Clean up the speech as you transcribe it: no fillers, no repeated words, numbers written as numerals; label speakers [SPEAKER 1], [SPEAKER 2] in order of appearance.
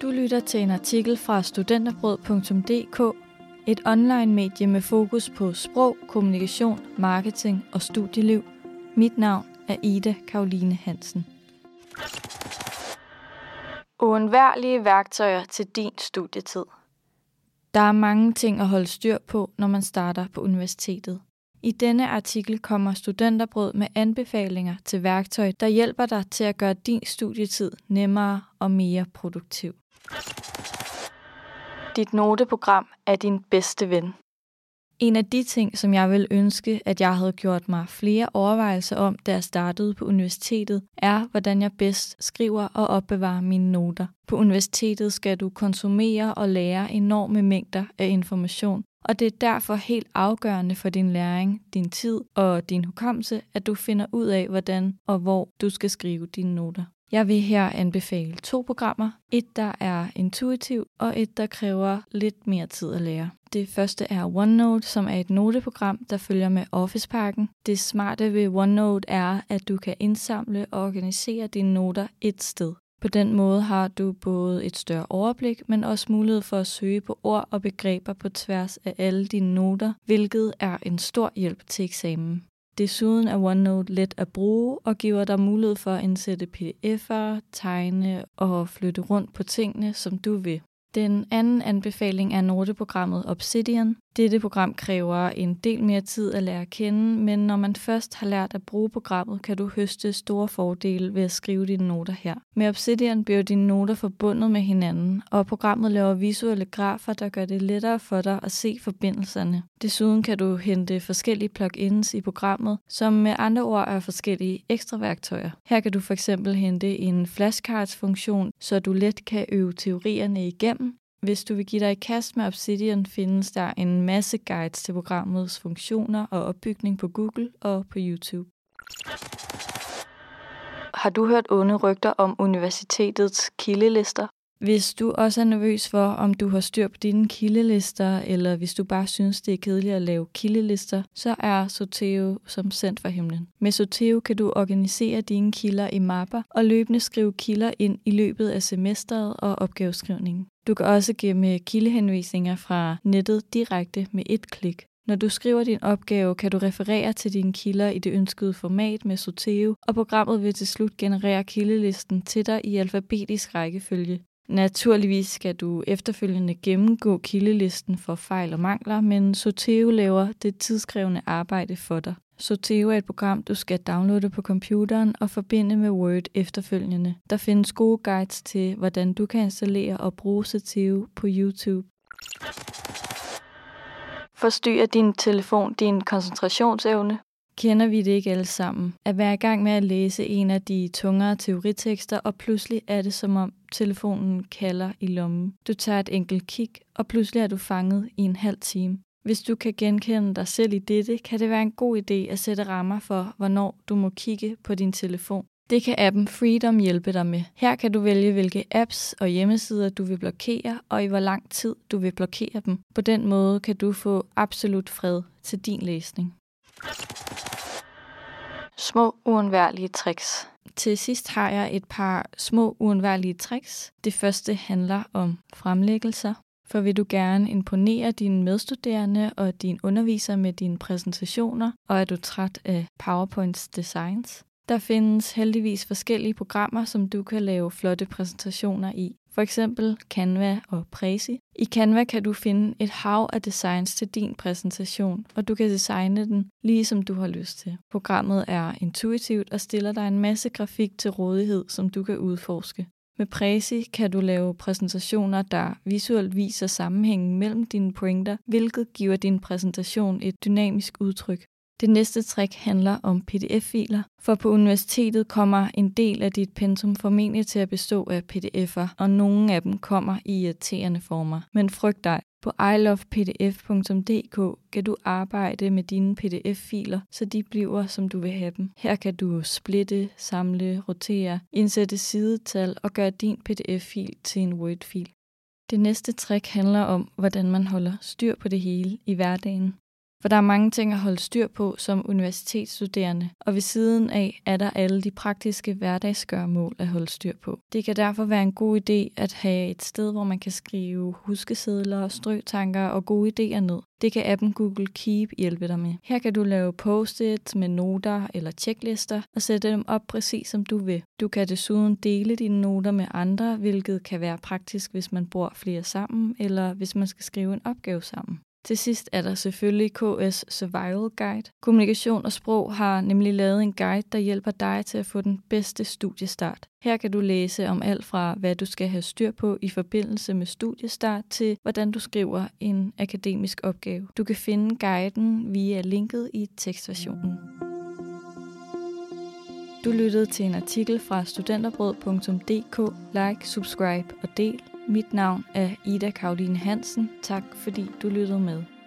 [SPEAKER 1] Du lytter til en artikel fra studenterbrød.dk, et online-medie med fokus på sprog, kommunikation, marketing og studieliv. Mit navn er Ida Karoline Hansen. Uundværlige værktøjer til din studietid. Der er mange ting at holde styr på, når man starter på universitetet. I denne artikel kommer Studenterbrød med anbefalinger til værktøj, der hjælper dig til at gøre din studietid nemmere og mere produktiv. Dit noteprogram er din bedste ven. En af de ting, som jeg vil ønske, at jeg havde gjort mig flere overvejelser om, da jeg startede på universitetet, er, hvordan jeg bedst skriver og opbevarer mine noter. På universitetet skal du konsumere og lære enorme mængder af information, og det er derfor helt afgørende for din læring, din tid og din hukommelse, at du finder ud af, hvordan og hvor du skal skrive dine noter. Jeg vil her anbefale 2 programmer. Et, der er intuitiv, og et, der kræver lidt mere tid at lære. Det første er OneNote, som er et noteprogram, der følger med Office-pakken. Det smarte ved OneNote er, at du kan indsamle og organisere dine noter et sted. På den måde har du både et større overblik, men også mulighed for at søge på ord og begreber på tværs af alle dine noter, hvilket er en stor hjælp til eksamen. Desuden er OneNote let at bruge og giver dig mulighed for at indsætte pdf'er, tegne og flytte rundt på tingene, som du vil. Den anden anbefaling er noteprogrammet Obsidian. Dette program kræver en del mere tid at lære at kende, men når man først har lært at bruge programmet, kan du høste store fordele ved at skrive dine noter her. Med Obsidian bliver dine noter forbundet med hinanden, og programmet laver visuelle grafer, der gør det lettere for dig at se forbindelserne. Desuden kan du hente forskellige plugins i programmet, som med andre ord er forskellige ekstra værktøjer. Her kan du f.eks. hente en flashcards-funktion, så du let kan øve teorierne igennem. Hvis du vil give dig i kast med Obsidian, findes der en masse guides til programmets funktioner og opbygning på Google og på YouTube. Har du hørt onde rygter om universitetets kildelister? Hvis du også er nervøs for, om du har styr på dine kildelister, eller hvis du bare synes, det er kedeligt at lave kildelister, så er Zotero som sendt fra himlen. Med Zotero kan du organisere dine kilder i mapper og løbende skrive kilder ind i løbet af semesteret og opgaveskrivningen. Du kan også gemme kildehenvisninger fra nettet direkte med et klik. Når du skriver din opgave, kan du referere til dine kilder i det ønskede format med Zotero, og programmet vil til slut generere kildelisten til dig i alfabetisk rækkefølge. Naturligvis skal du efterfølgende gennemgå kildelisten for fejl og mangler, men Zotero laver det tidskrævende arbejde for dig. Zotero er et program, du skal downloade på computeren og forbinde med Word efterfølgende. Der findes gode guides til, hvordan du kan installere og bruge Zotero på YouTube. Forstyrrer din telefon din koncentrationsevne? Kender vi det ikke alle sammen? At være i gang med at læse en af de tungere teoritekster, og pludselig er det som om telefonen kalder i lommen. Du tager et enkelt kig, og pludselig er du fanget i en halv time. Hvis du kan genkende dig selv i dette, kan det være en god idé at sætte rammer for, hvornår du må kigge på din telefon. Det kan appen Freedom hjælpe dig med. Her kan du vælge, hvilke apps og hjemmesider du vil blokere, og i hvor lang tid du vil blokere dem. På den måde kan du få absolut fred til din læsning. Små uundværlige tricks. Til sidst har jeg et par små uundværlige tricks. Det første handler om fremlæggelser. For vil du gerne imponere dine medstuderende og dine undervisere med dine præsentationer, og er du træt af PowerPoints designs? Der findes heldigvis forskellige programmer, som du kan lave flotte præsentationer i. For eksempel Canva og Prezi. I Canva kan du finde et hav af designs til din præsentation, og du kan designe den lige som du har lyst til. Programmet er intuitivt og stiller dig en masse grafik til rådighed, som du kan udforske. Med Prezi kan du lave præsentationer, der visuelt viser sammenhængen mellem dine pointer, hvilket giver din præsentation et dynamisk udtryk. Det næste trick handler om pdf-filer, for på universitetet kommer en del af dit pensum formentlig til at bestå af pdf'er, og nogle af dem kommer i irriterende former. Men frygt dig, på ilovepdf.dk kan du arbejde med dine pdf-filer, så de bliver, som du vil have dem. Her kan du splitte, samle, rotere, indsætte sidetal og gøre din pdf-fil til en Word-fil. Det næste trick handler om, hvordan man holder styr på det hele i hverdagen. For der er mange ting at holde styr på som universitetsstuderende, og ved siden af er der alle de praktiske hverdagsgøremål at holde styr på. Det kan derfor være en god idé at have et sted, hvor man kan skrive huskesedler, strøtanker og gode idéer ned. Det kan appen Google Keep hjælpe dig med. Her kan du lave post-its med noter eller checklister og sætte dem op præcis som du vil. Du kan desuden dele dine noter med andre, hvilket kan være praktisk, hvis man bor flere sammen, eller hvis man skal skrive en opgave sammen. Til sidst er der selvfølgelig KS Survival Guide. Kommunikation og Sprog har nemlig lavet en guide, der hjælper dig til at få den bedste studiestart. Her kan du læse om alt fra, hvad du skal have styr på i forbindelse med studiestart, til hvordan du skriver en akademisk opgave. Du kan finde guiden via linket i tekstversionen. Du lyttede til en artikel fra studenterbrød.dk. Like, subscribe og del. Mit navn er Ida Karoline Hansen. Tak fordi du lyttede med.